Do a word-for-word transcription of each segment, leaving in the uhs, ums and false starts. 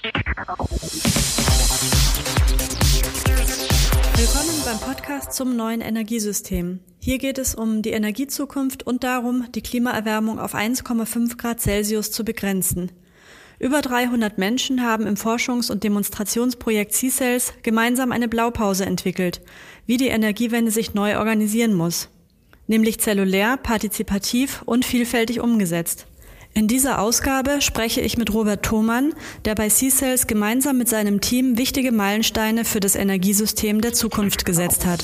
Willkommen beim Podcast zum neuen Energiesystem. Hier geht es um die Energiezukunft und darum, die Klimaerwärmung auf eins Komma fünf Grad Celsius zu begrenzen. Über dreihundert Menschen haben im Forschungs- und Demonstrationsprojekt C-Cells gemeinsam eine Blaupause entwickelt, wie die Energiewende sich neu organisieren muss. Nämlich zellulär, partizipativ und vielfältig umgesetzt. In dieser Ausgabe spreche ich mit Robert Thomann, der bei C-Cells gemeinsam mit seinem Team wichtige Meilensteine für das Energiesystem der Zukunft gesetzt hat.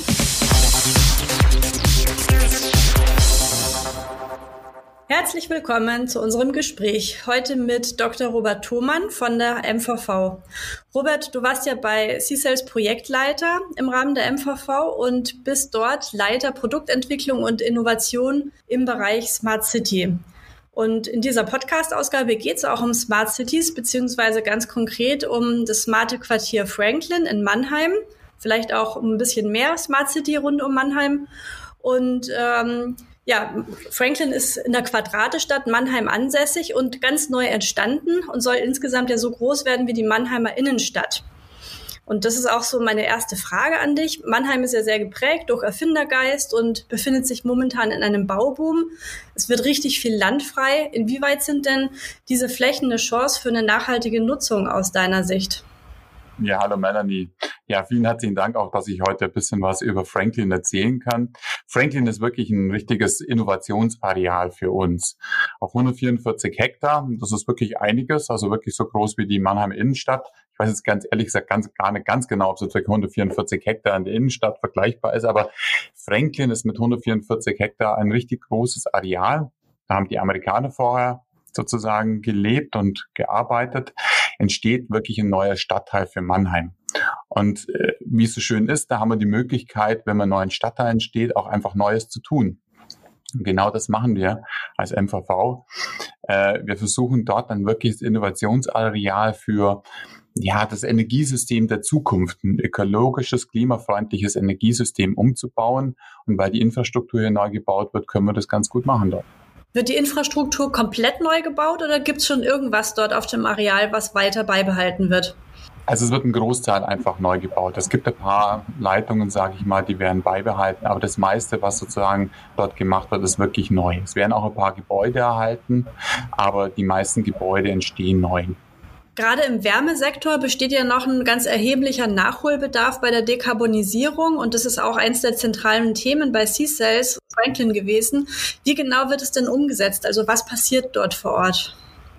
Herzlich willkommen zu unserem Gespräch. Heute mit Doktor Robert Thomann von der M V V. Robert, du warst ja bei C-Cells Projektleiter im Rahmen der M V V und bist dort Leiter Produktentwicklung und Innovation im Bereich Smart City. Und in dieser Podcast-Ausgabe geht es auch um Smart Cities, beziehungsweise ganz konkret um das smarte Quartier Franklin in Mannheim, vielleicht auch um ein bisschen mehr Smart City rund um Mannheim. Und ähm, ja, Franklin ist in der Quadratestadt Mannheim ansässig und ganz neu entstanden und soll insgesamt ja so groß werden wie die Mannheimer Innenstadt. Und das ist auch so meine erste Frage an dich. Mannheim ist ja sehr geprägt durch Erfindergeist und befindet sich momentan in einem Bauboom. Es wird richtig viel Land frei. Inwieweit sind denn diese Flächen eine Chance für eine nachhaltige Nutzung aus deiner Sicht? Ja, hallo Melanie. Ja, vielen herzlichen Dank auch, dass ich heute ein bisschen was über Franklin erzählen kann. Franklin ist wirklich ein richtiges Innovationsareal für uns. Auf hundertvierundvierzig Hektar, das ist wirklich einiges, also wirklich so groß wie die Mannheimer Innenstadt. Ich weiß jetzt ganz ehrlich gesagt ganz, gar nicht ganz genau, ob es jetzt wirklich hundertvierundvierzig Hektar in der Innenstadt vergleichbar ist, aber Franklin ist mit hundertvierundvierzig Hektar ein richtig großes Areal. Da haben die Amerikaner vorher sozusagen gelebt und gearbeitet, entsteht wirklich ein neuer Stadtteil für Mannheim. Und äh, wie es so schön ist, da haben wir die Möglichkeit, wenn man einen neuen Stadtteil entsteht, auch einfach Neues zu tun. Und genau das machen wir als M V V. Äh, wir versuchen dort dann wirklich das Innovationsareal für ja das Energiesystem der Zukunft, ein ökologisches, klimafreundliches Energiesystem umzubauen. Und weil die Infrastruktur hier neu gebaut wird, können wir das ganz gut machen dort. Wird die Infrastruktur komplett neu gebaut oder gibt es schon irgendwas dort auf dem Areal, was weiter beibehalten wird? Also es wird ein Großteil einfach neu gebaut. Es gibt ein paar Leitungen, sage ich mal, die werden beibehalten, aber das meiste, was sozusagen dort gemacht wird, ist wirklich neu. Es werden auch ein paar Gebäude erhalten, aber die meisten Gebäude entstehen neu. Gerade im Wärmesektor besteht ja noch ein ganz erheblicher Nachholbedarf bei der Dekarbonisierung und das ist auch eins der zentralen Themen bei C-Cells Franklin gewesen. Wie genau wird es denn umgesetzt? Also was passiert dort vor Ort?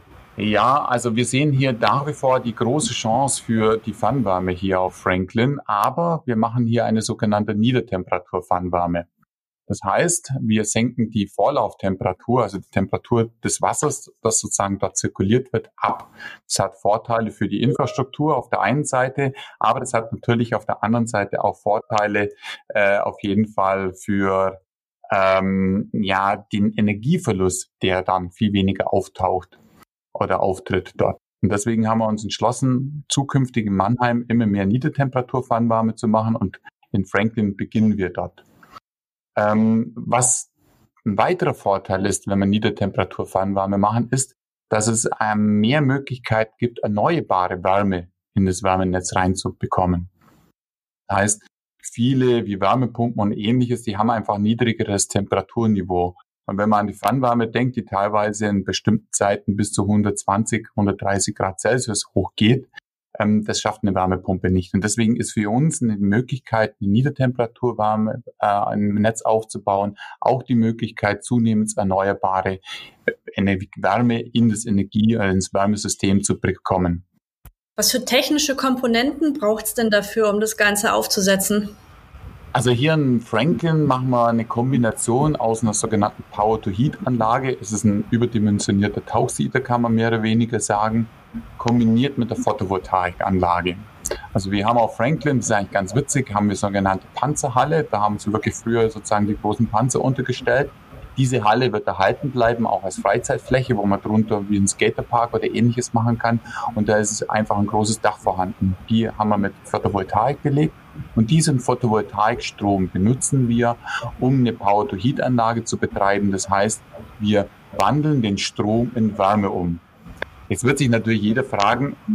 Ja, also wir sehen hier nach wie vor die große Chance für die Fernwärme hier auf Franklin, aber wir machen hier eine sogenannte Niedertemperatur-Fernwärme. Das heißt, wir senken die Vorlauftemperatur, also die Temperatur des Wassers, das sozusagen dort zirkuliert wird, ab. Das hat Vorteile für die Infrastruktur auf der einen Seite, aber das hat natürlich auf der anderen Seite auch Vorteile äh, auf jeden Fall für ähm, ja den Energieverlust, der dann viel weniger auftaucht oder auftritt dort. Und deswegen haben wir uns entschlossen, zukünftig in Mannheim immer mehr Niedertemperatur-Fernwärme zu machen und in Franklin beginnen wir dort. Ähm, was ein weiterer Vorteil ist, wenn wir Niedertemperatur-Fernwärme machen, ist, dass es ähm, mehr Möglichkeit gibt, erneuerbare Wärme in das Wärmenetz reinzubekommen. Das heißt, viele wie Wärmepumpen und Ähnliches, die haben einfach ein niedrigeres Temperaturniveau. Und wenn man an die Fernwärme denkt, die teilweise in bestimmten Zeiten bis zu hundertzwanzig, hundertdreißig Grad Celsius hochgeht, ähm, das schafft eine Wärmepumpe nicht. Und deswegen ist für uns eine Möglichkeit, eine Niedertemperaturwärme äh, im Netz aufzubauen, auch die Möglichkeit, zunehmend erneuerbare äh, Wärme in das Energie, äh, ins Wärmesystem zu bekommen. Was für technische Komponenten braucht es denn dafür, um das Ganze aufzusetzen? Also hier in Franklin machen wir eine Kombination aus einer sogenannten Power-to-Heat-Anlage. Es ist ein überdimensionierter Tauchsieder, kann man mehr oder weniger sagen, kombiniert mit der Photovoltaikanlage. Also wir haben auf Franklin, das ist eigentlich ganz witzig, haben wir sogenannte Panzerhalle. Da haben sie wirklich früher sozusagen die großen Panzer untergestellt. Diese Halle wird erhalten bleiben, auch als Freizeitfläche, wo man drunter wie ein Skaterpark oder Ähnliches machen kann. Und da ist einfach ein großes Dach vorhanden. Die haben wir mit Photovoltaik belegt. Und diesen Photovoltaikstrom benutzen wir, um eine Power-to-Heat-Anlage zu betreiben. Das heißt, wir wandeln den Strom in Wärme um. Jetzt wird sich natürlich jeder fragen,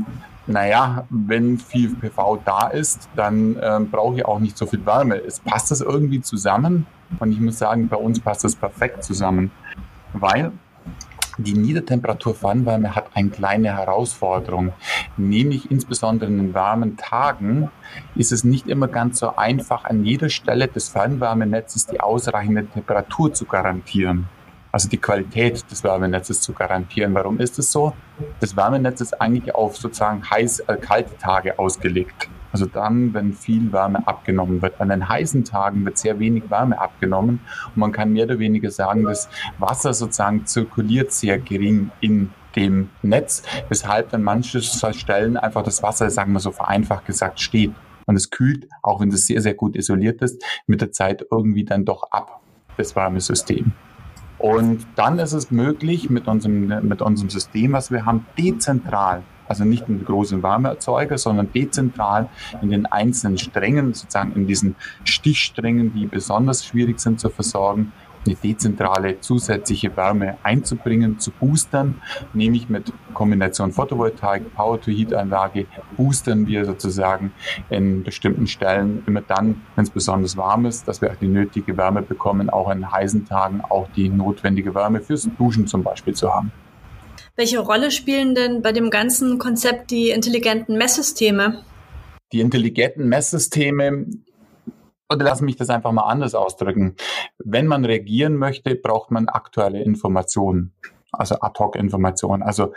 naja, wenn viel P V da ist, dann ähm, brauche ich auch nicht so viel Wärme. Es passt das irgendwie zusammen und ich muss sagen, bei uns passt das perfekt zusammen, weil die Niedertemperatur-Fernwärme hat eine kleine Herausforderung, nämlich insbesondere in den warmen Tagen ist es nicht immer ganz so einfach, an jeder Stelle des Fernwärmenetzes die ausreichende Temperatur zu garantieren. Also die Qualität des Wärmenetzes zu garantieren. Warum ist es so? Das Wärmenetz ist eigentlich auf sozusagen heiß, äh, kalte Tage ausgelegt. Also dann, wenn viel Wärme abgenommen wird. An den heißen Tagen wird sehr wenig Wärme abgenommen und man kann mehr oder weniger sagen, das Wasser sozusagen zirkuliert sehr gering in dem Netz, weshalb an manchen Stellen einfach das Wasser, sagen wir so vereinfacht gesagt, steht. Und es kühlt, auch wenn es sehr, sehr gut isoliert ist, mit der Zeit irgendwie dann doch ab, das Wärmesystem. Und dann ist es möglich, mit unserem, mit unserem System, was wir haben, dezentral, also nicht in großen Wärmeerzeuger, sondern dezentral in den einzelnen Strängen, sozusagen in diesen Stichsträngen, die besonders schwierig sind zu versorgen, eine dezentrale zusätzliche Wärme einzubringen, zu boostern, nämlich mit Kombination Photovoltaik, Power-to-Heat-Anlage, boostern wir sozusagen in bestimmten Stellen immer dann, wenn es besonders warm ist, dass wir auch die nötige Wärme bekommen, auch an heißen Tagen auch die notwendige Wärme fürs Duschen zum Beispiel zu haben. Welche Rolle spielen denn bei dem ganzen Konzept die intelligenten Messsysteme? Die intelligenten Messsysteme, oder lass mich das einfach mal anders ausdrücken. Wenn man reagieren möchte, braucht man aktuelle Informationen, also Ad-hoc-Informationen. Also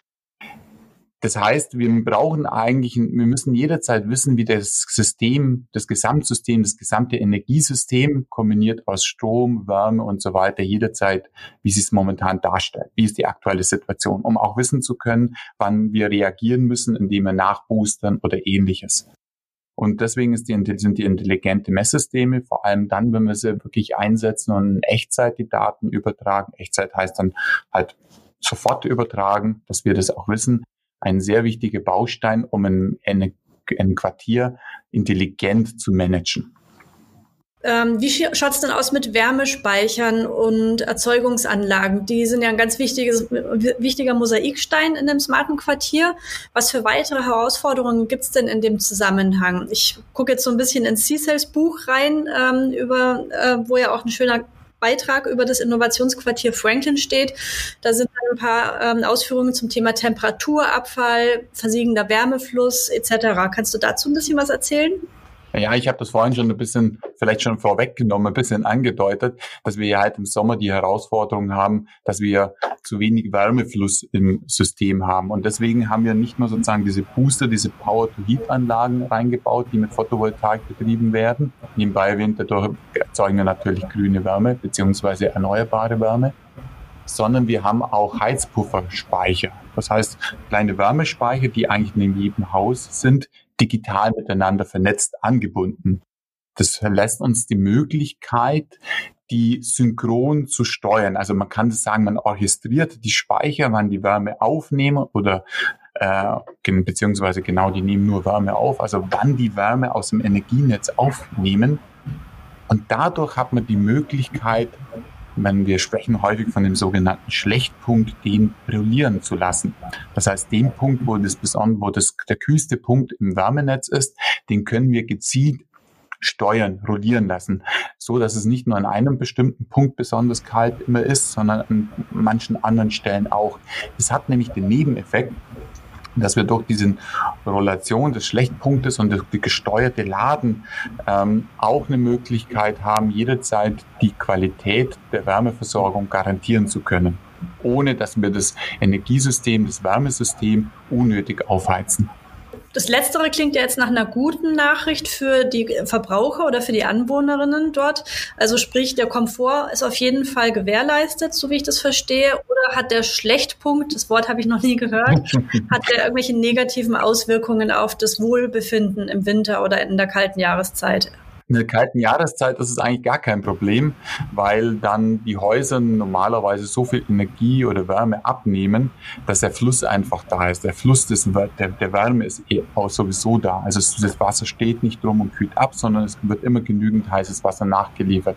das heißt, wir brauchen eigentlich, wir müssen jederzeit wissen, wie das System, das Gesamtsystem, das gesamte Energiesystem kombiniert aus Strom, Wärme und so weiter, jederzeit, wie sie es momentan darstellt. Wie ist die aktuelle Situation, um auch wissen zu können, wann wir reagieren müssen, indem wir nachboostern oder Ähnliches. Und deswegen ist die, sind die intelligente Messsysteme, vor allem dann, wenn wir sie wirklich einsetzen und in Echtzeit die Daten übertragen. Echtzeit heißt dann halt sofort übertragen, dass wir das auch wissen. Ein sehr wichtiger Baustein, um ein, ein, ein Quartier intelligent zu managen. Ähm, wie schaut es denn aus mit Wärmespeichern und Erzeugungsanlagen? Die sind ja ein ganz wichtiges, wichtiger Mosaikstein in dem smarten Quartier. Was für weitere Herausforderungen gibt es denn in dem Zusammenhang? Ich gucke jetzt so ein bisschen ins C-Cells Buch rein, ähm, über, äh, wo ja auch ein schöner Beitrag über das Innovationsquartier Franklin steht. Da sind ein paar ähm, Ausführungen zum Thema Temperaturabfall, versiegender Wärmefluss et cetera. Kannst du dazu ein bisschen was erzählen? Ja, ich habe das vorhin schon ein bisschen, vielleicht schon vorweggenommen, ein bisschen angedeutet, dass wir ja halt im Sommer die Herausforderung haben, dass wir zu wenig Wärmefluss im System haben. Und deswegen haben wir nicht nur sozusagen diese Booster, diese Power-to-Heat-Anlagen reingebaut, die mit Photovoltaik betrieben werden. Nebenbei erwähnt, dadurch erzeugen wir natürlich grüne Wärme beziehungsweise erneuerbare Wärme, sondern wir haben auch Heizpufferspeicher. Das heißt, kleine Wärmespeicher, die eigentlich in jedem Haus sind, digital miteinander vernetzt angebunden. Das lässt uns die Möglichkeit, die synchron zu steuern. Also man kann das sagen, man orchestriert die Speicher, wann die Wärme aufnehmen oder äh, beziehungsweise genau, die nehmen nur Wärme auf, also wann die Wärme aus dem Energienetz aufnehmen. Und dadurch hat man die Möglichkeit, wenn wir sprechen häufig von dem sogenannten Schlechtpunkt, den regulieren zu lassen. Das heißt, den Punkt, wo das besonders, wo das der kühlste Punkt im Wärmenetz ist, den können wir gezielt steuern, rollieren lassen, so dass es nicht nur an einem bestimmten Punkt besonders kalt immer ist, sondern an manchen anderen Stellen auch. Es hat nämlich den Nebeneffekt, dass wir durch diese Rollation des Schlechtpunktes und das gesteuerte Laden ähm, auch eine Möglichkeit haben, jederzeit die Qualität der Wärmeversorgung garantieren zu können, ohne dass wir das Energiesystem, das Wärmesystem unnötig aufheizen. Das Letztere klingt ja jetzt nach einer guten Nachricht für die Verbraucher oder für die Anwohnerinnen dort. Also sprich, der Komfort ist auf jeden Fall gewährleistet, so wie ich das verstehe. Oder hat der Schlechtpunkt, das Wort habe ich noch nie gehört, hat der irgendwelche negativen Auswirkungen auf das Wohlbefinden im Winter oder in der kalten Jahreszeit? In der kalten Jahreszeit ist es eigentlich gar kein Problem, weil dann die Häuser normalerweise so viel Energie oder Wärme abnehmen, dass der Fluss einfach da ist. Der Fluss des, der, der Wärme ist eh auch sowieso da. Also das Wasser steht nicht drum und kühlt ab, sondern es wird immer genügend heißes Wasser nachgeliefert.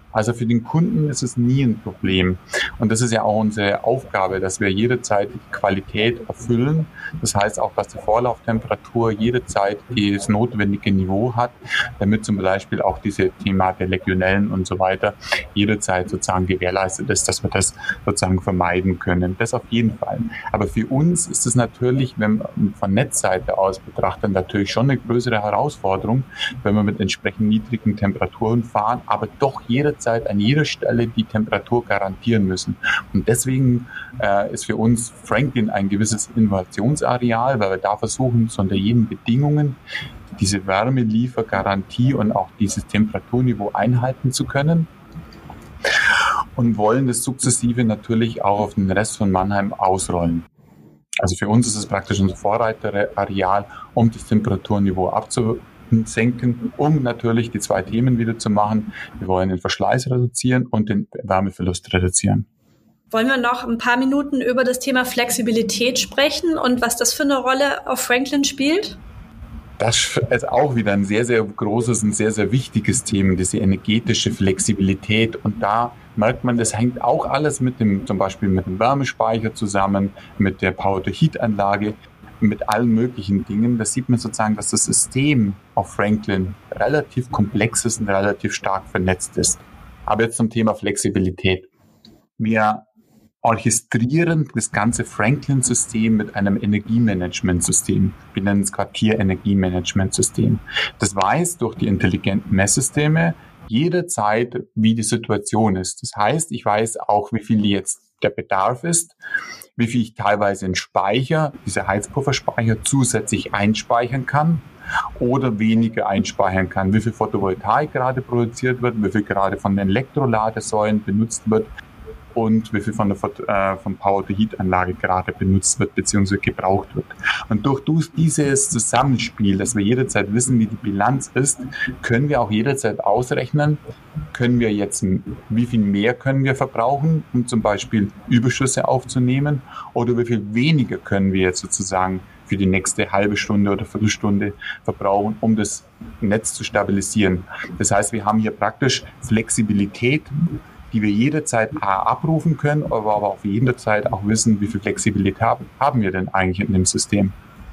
Also für den Kunden ist es nie ein Problem. Und das ist ja auch unsere Aufgabe, dass wir jederzeit die Qualität erfüllen. Das heißt auch, dass die Vorlauftemperatur jederzeit das notwendige Niveau hat, damit zum Beispiel auch diese Thema der Legionellen und so weiter jederzeit sozusagen gewährleistet ist, dass wir das sozusagen vermeiden können. Das auf jeden Fall. Aber für uns ist es natürlich, wenn man von Netzseite aus betrachtet, natürlich schon eine größere Herausforderung, wenn wir mit entsprechend niedrigen Temperaturen fahren, aber doch jederzeit an jeder Stelle die Temperatur garantieren müssen. Und deswegen äh, ist für uns Franklin ein gewisses Innovationsareal, weil wir da versuchen, so unter jeden Bedingungen diese Wärmeliefergarantie und auch dieses Temperaturniveau einhalten zu können und wollen das sukzessive natürlich auch auf den Rest von Mannheim ausrollen. Also für uns ist es praktisch unser Vorreiterareal, um das Temperaturniveau abzusenken, um natürlich die zwei Themen wieder zu machen. Wir wollen den Verschleiß reduzieren und den Wärmeverlust reduzieren. Wollen wir noch ein paar Minuten über das Thema Flexibilität sprechen und was das für eine Rolle auf Franklin spielt? Das ist auch wieder ein sehr, sehr großes und sehr, sehr wichtiges Thema, diese energetische Flexibilität. Und da merkt man, das hängt auch alles mit dem, zum Beispiel mit dem Wärmespeicher zusammen, mit der Power-to-Heat-Anlage, mit allen möglichen Dingen. Da sieht man sozusagen, dass das System auf Franklin relativ komplex ist und relativ stark vernetzt ist. Aber jetzt zum Thema Flexibilität. Wir orchestrieren das ganze Franklin-System mit einem Energiemanagementsystem. Wir nennen es Quartier-Energiemanagementsystem. Das weiß durch die intelligenten Messsysteme jederzeit, wie die Situation ist. Das heißt, ich weiß auch, wie viel jetzt der Bedarf ist, wie viel ich teilweise in Speicher, diese Heizpufferspeicher, zusätzlich einspeichern kann oder weniger einspeichern kann, wie viel Photovoltaik gerade produziert wird, wie viel gerade von den Elektroladesäulen benutzt wird und wie viel von der äh, von Power-to-Heat-Anlage gerade benutzt wird bzw. gebraucht wird. Und durch dieses Zusammenspiel, dass wir jederzeit wissen, wie die Bilanz ist, können wir auch jederzeit ausrechnen, können wir jetzt, wie viel mehr können wir verbrauchen, um zum Beispiel Überschüsse aufzunehmen, oder wie viel weniger können wir jetzt sozusagen für die nächste halbe Stunde oder Viertelstunde verbrauchen, um das Netz zu stabilisieren. Das heißt, wir haben hier praktisch Flexibilität, die wir jederzeit abrufen können, aber aber auch jederzeit auch wissen, wie viel Flexibilität haben wir denn eigentlich in dem System.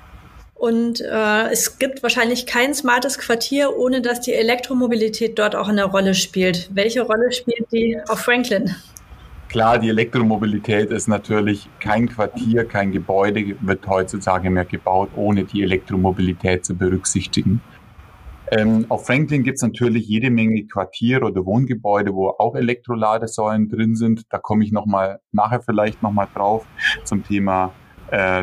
Und äh, es gibt wahrscheinlich kein smartes Quartier, ohne dass die Elektromobilität dort auch eine Rolle spielt. Welche Rolle spielt die auf Franklin? Klar, die Elektromobilität ist natürlich kein Quartier, kein Gebäude wird heutzutage mehr gebaut, ohne die Elektromobilität zu berücksichtigen. Ähm, auf Franklin gibt es natürlich jede Menge Quartiere oder Wohngebäude, wo auch Elektroladesäulen drin sind. Da komme ich noch mal nachher vielleicht noch mal drauf zum Thema äh,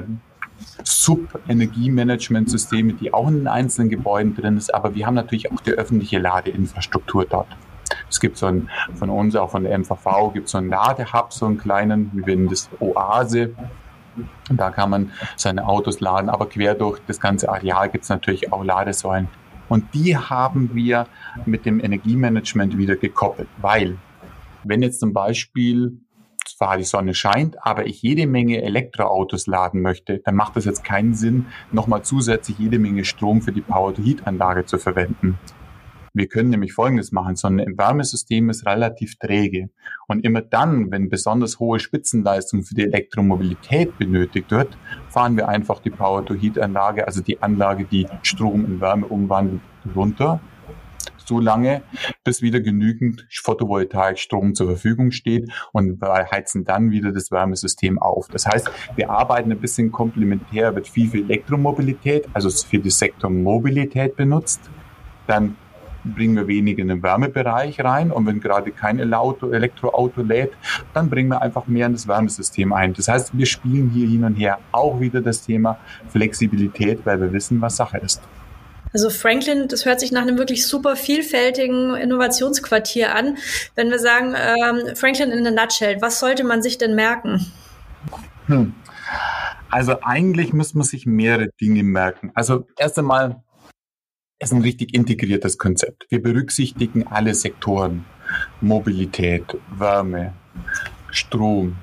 Sub-Energiemanagementsysteme, die auch in den einzelnen Gebäuden drin ist. Aber wir haben natürlich auch die öffentliche Ladeinfrastruktur dort. Es gibt so ein, von uns, auch von der M V V, gibt es so einen Ladehub, so einen kleinen, wir nennen das Oase. Und da kann man seine Autos laden, aber quer durch das ganze Areal gibt es natürlich auch Ladesäulen. Und die haben wir mit dem Energiemanagement wieder gekoppelt, weil wenn jetzt zum Beispiel zwar die Sonne scheint, aber ich jede Menge Elektroautos laden möchte, dann macht es jetzt keinen Sinn, nochmal zusätzlich jede Menge Strom für die Power-to-Heat-Anlage zu verwenden. Wir können nämlich Folgendes machen, so ein Wärmesystem ist relativ träge. Und immer dann, wenn besonders hohe Spitzenleistung für die Elektromobilität benötigt wird, fahren wir einfach die Power-to-Heat-Anlage, also die Anlage, die Strom in Wärme umwandelt, runter, so lange, bis wieder genügend Photovoltaikstrom zur Verfügung steht, und wir heizen dann wieder das Wärmesystem auf. Das heißt, wir arbeiten ein bisschen komplementär, wird viel für Elektromobilität, also für den Sektor Mobilität benutzt, dann bringen wir weniger in den Wärmebereich rein, und wenn gerade kein Elektroauto lädt, dann bringen wir einfach mehr in das Wärmesystem ein. Das heißt, wir spielen hier hin und her auch wieder das Thema Flexibilität, weil wir wissen, was Sache ist. Also Franklin, das hört sich nach einem wirklich super vielfältigen Innovationsquartier an. Wenn wir sagen, ähm, Franklin in a nutshell, was sollte man sich denn merken? Hm. Also eigentlich muss man sich mehrere Dinge merken. Also erst einmal, es ist ein richtig integriertes Konzept. Wir berücksichtigen alle Sektoren. Mobilität, Wärme, Strom,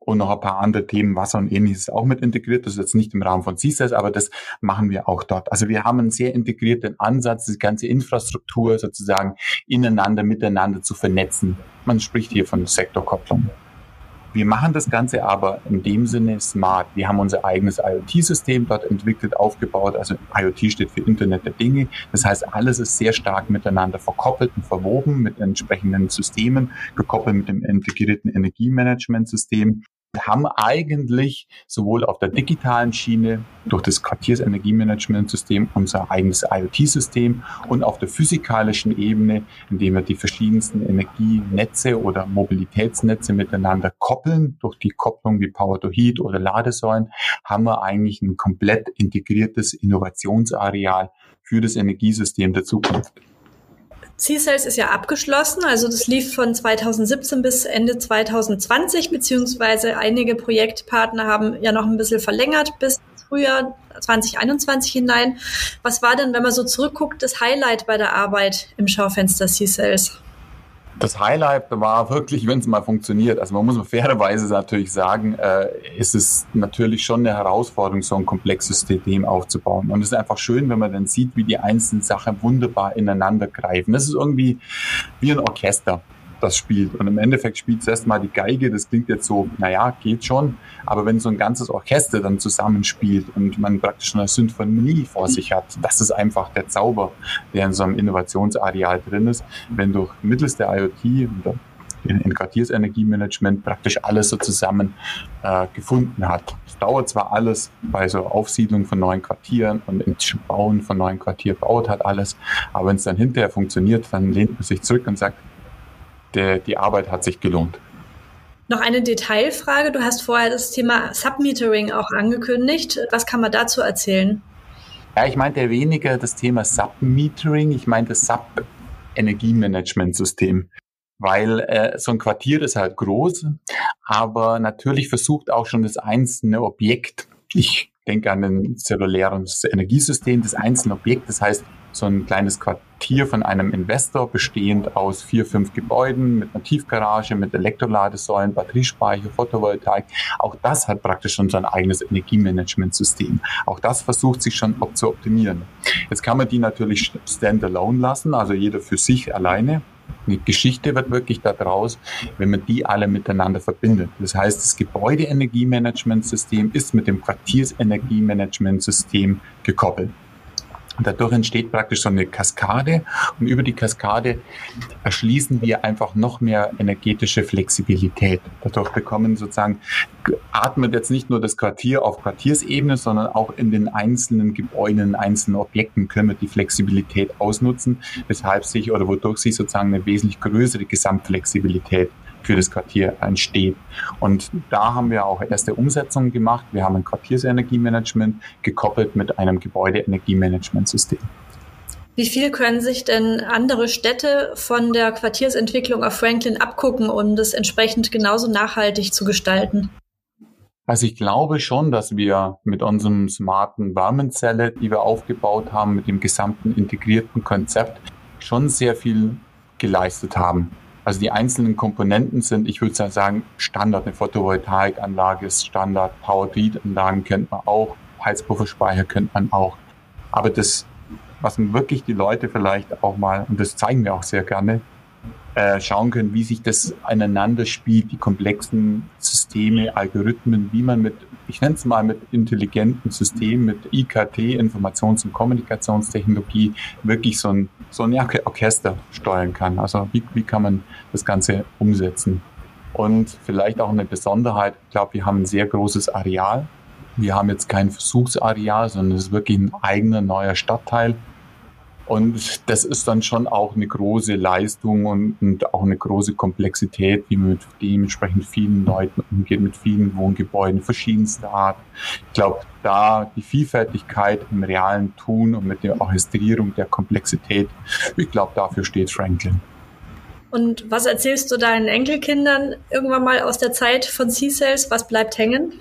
und noch ein paar andere Themen, Wasser und ähnliches auch mit integriert. Das ist jetzt nicht im Rahmen von C cells, aber das machen wir auch dort. Also wir haben einen sehr integrierten Ansatz, die ganze Infrastruktur sozusagen ineinander, miteinander zu vernetzen. Man spricht hier von Sektorkopplung. Wir machen das Ganze aber in dem Sinne smart. Wir haben unser eigenes IoT-System dort entwickelt, aufgebaut. Also IoT steht für Internet der Dinge. Das heißt, alles ist sehr stark miteinander verkoppelt und verwoben mit entsprechenden Systemen, gekoppelt mit dem integrierten Energiemanagementsystem. Wir haben eigentlich sowohl auf der digitalen Schiene durch das Quartiersenergiemanagementsystem unser eigenes IoT-System und auf der physikalischen Ebene, indem wir die verschiedensten Energienetze oder Mobilitätsnetze miteinander koppeln, durch die Kopplung wie Power-to-Heat oder Ladesäulen, haben wir eigentlich ein komplett integriertes Innovationsareal für das Energiesystem der Zukunft. C cells ist ja abgeschlossen, also das lief von zweitausendsiebzehn bis Ende zweitausendzwanzig, beziehungsweise einige Projektpartner haben ja noch ein bisschen verlängert bis Frühjahr zwanzig einundzwanzig hinein. Was war denn, wenn man so zurückguckt, das Highlight bei der Arbeit im Schaufenster C cells? Das Highlight war wirklich, wenn es mal funktioniert. Also man muss fairerweise natürlich sagen, äh, ist es natürlich schon eine Herausforderung, so ein komplexes System aufzubauen. Und es ist einfach schön, wenn man dann sieht, wie die einzelnen Sachen wunderbar ineinander greifen. Das ist irgendwie wie ein Orchester, das spielt. Und im Endeffekt spielt es erstmal die Geige. Das klingt jetzt so, naja, geht schon. Aber wenn so ein ganzes Orchester dann zusammenspielt und man praktisch eine Symphonie vor sich hat, das ist einfach der Zauber, der in so einem Innovationsareal drin ist. Wenn durch mittels der IoT oder in Quartiersenergiemanagement praktisch alles so zusammen äh, gefunden hat. Es dauert zwar alles bei so Aufsiedlung von neuen Quartieren und im Bauen von neuen Quartieren dauert halt alles, aber wenn es dann hinterher funktioniert, dann lehnt man sich zurück und sagt, Der, die Arbeit hat sich gelohnt. Noch eine Detailfrage. Du hast vorher das Thema Submetering auch angekündigt. Was kann man dazu erzählen? Ja, ich meinte weniger das Thema Submetering, ich meinte Sub-Energiemanagementsystem. Weil äh, so ein Quartier ist halt groß, aber natürlich versucht auch schon das einzelne Objekt, ich denke an ein zelluläres Energiesystem, das einzelne Objekt, das heißt so ein kleines Quartier von einem Investor bestehend aus vier, fünf Gebäuden mit einer Tiefgarage, mit Elektroladesäulen, Batteriespeicher, Photovoltaik. Auch das hat praktisch schon so ein eigenes Energiemanagementsystem. Auch das versucht sich schon zu optimieren. Jetzt kann man die natürlich standalone lassen, also jeder für sich alleine. Die Geschichte wird wirklich daraus, wenn man die alle miteinander verbindet. Das heißt, das Gebäudeenergiemanagementsystem ist mit dem Quartiersenergiemanagementsystem gekoppelt. Und dadurch entsteht praktisch so eine Kaskade und über die Kaskade erschließen wir einfach noch mehr energetische Flexibilität. Dadurch bekommen sozusagen, atmet jetzt nicht nur das Quartier auf Quartiersebene, sondern auch in den einzelnen Gebäuden, in einzelnen Objekten können wir die Flexibilität ausnutzen, weshalb sich oder wodurch sich sozusagen eine wesentlich größere Gesamtflexibilität für das Quartier entsteht. Und da haben wir auch erste Umsetzungen gemacht. Wir haben ein Quartiersenergiemanagement gekoppelt mit einem Gebäudeenergiemanagementsystem. Wie viel können sich denn andere Städte von der Quartiersentwicklung auf Franklin abgucken, um das entsprechend genauso nachhaltig zu gestalten? Also ich glaube schon, dass wir mit unserem smarten Wärmenzelle, die wir aufgebaut haben, mit dem gesamten integrierten Konzept schon sehr viel geleistet haben. Also die einzelnen Komponenten sind, ich würde sagen, Standard. Eine Photovoltaikanlage ist Standard, Power-to-Heat-Anlagen kennt man auch, Heizpufferspeicher kennt man auch. Aber das, was wirklich die Leute vielleicht auch mal, und das zeigen wir auch sehr gerne, äh, schauen können, wie sich das aneinander spielt, die komplexen Systeme, Algorithmen, wie man mit, ich nenne es mal mit intelligenten Systemen, mit I K T, Informations- und Kommunikationstechnologie, wirklich so ein, so ein Orchester steuern kann. Also wie, wie kann man das Ganze umsetzen? Und vielleicht auch eine Besonderheit, ich glaube, wir haben ein sehr großes Areal. Wir haben jetzt kein Versuchsareal, sondern es ist wirklich ein eigener neuer Stadtteil. Und das ist dann schon auch eine große Leistung und, und auch eine große Komplexität, wie man mit dementsprechend vielen Leuten umgeht, mit vielen Wohngebäuden verschiedenster Art. Ich glaube, da die Vielfältigkeit im realen Tun und mit der Orchestrierung der Komplexität, ich glaube, dafür steht Franklin. Und was erzählst du deinen Enkelkindern irgendwann mal aus der Zeit von C cells? Was bleibt hängen?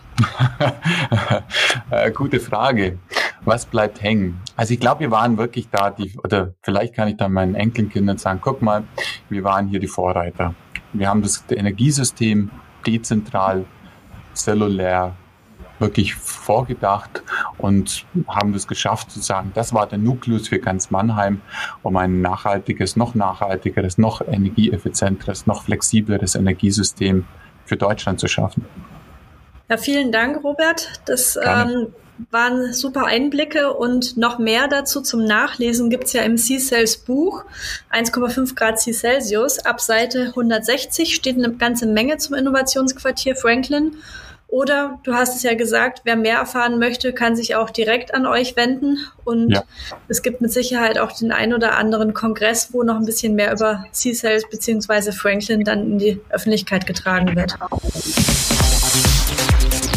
Gute Frage. Was bleibt hängen? Also ich glaube, wir waren wirklich da, die, oder vielleicht kann ich dann meinen Enkelkindern sagen, guck mal, wir waren hier die Vorreiter. Wir haben das Energiesystem dezentral zellulär wirklich vorgedacht und haben es geschafft zu sagen, das war der Nukleus für ganz Mannheim, um ein nachhaltiges, noch nachhaltigeres, noch energieeffizienteres, noch flexibleres Energiesystem für Deutschland zu schaffen. Ja, vielen Dank, Robert. Das ähm, waren super Einblicke und noch mehr dazu zum Nachlesen gibt's ja im C-Cells Buch eins Komma fünf Grad C Celsius. Ab Seite hundertsechzig steht eine ganze Menge zum Innovationsquartier Franklin. Oder, du hast es ja gesagt, wer mehr erfahren möchte, kann sich auch direkt an euch wenden. Und ja. Es gibt mit Sicherheit auch den ein oder anderen Kongress, wo noch ein bisschen mehr über C-Cells bzw. Franklin dann in die Öffentlichkeit getragen wird.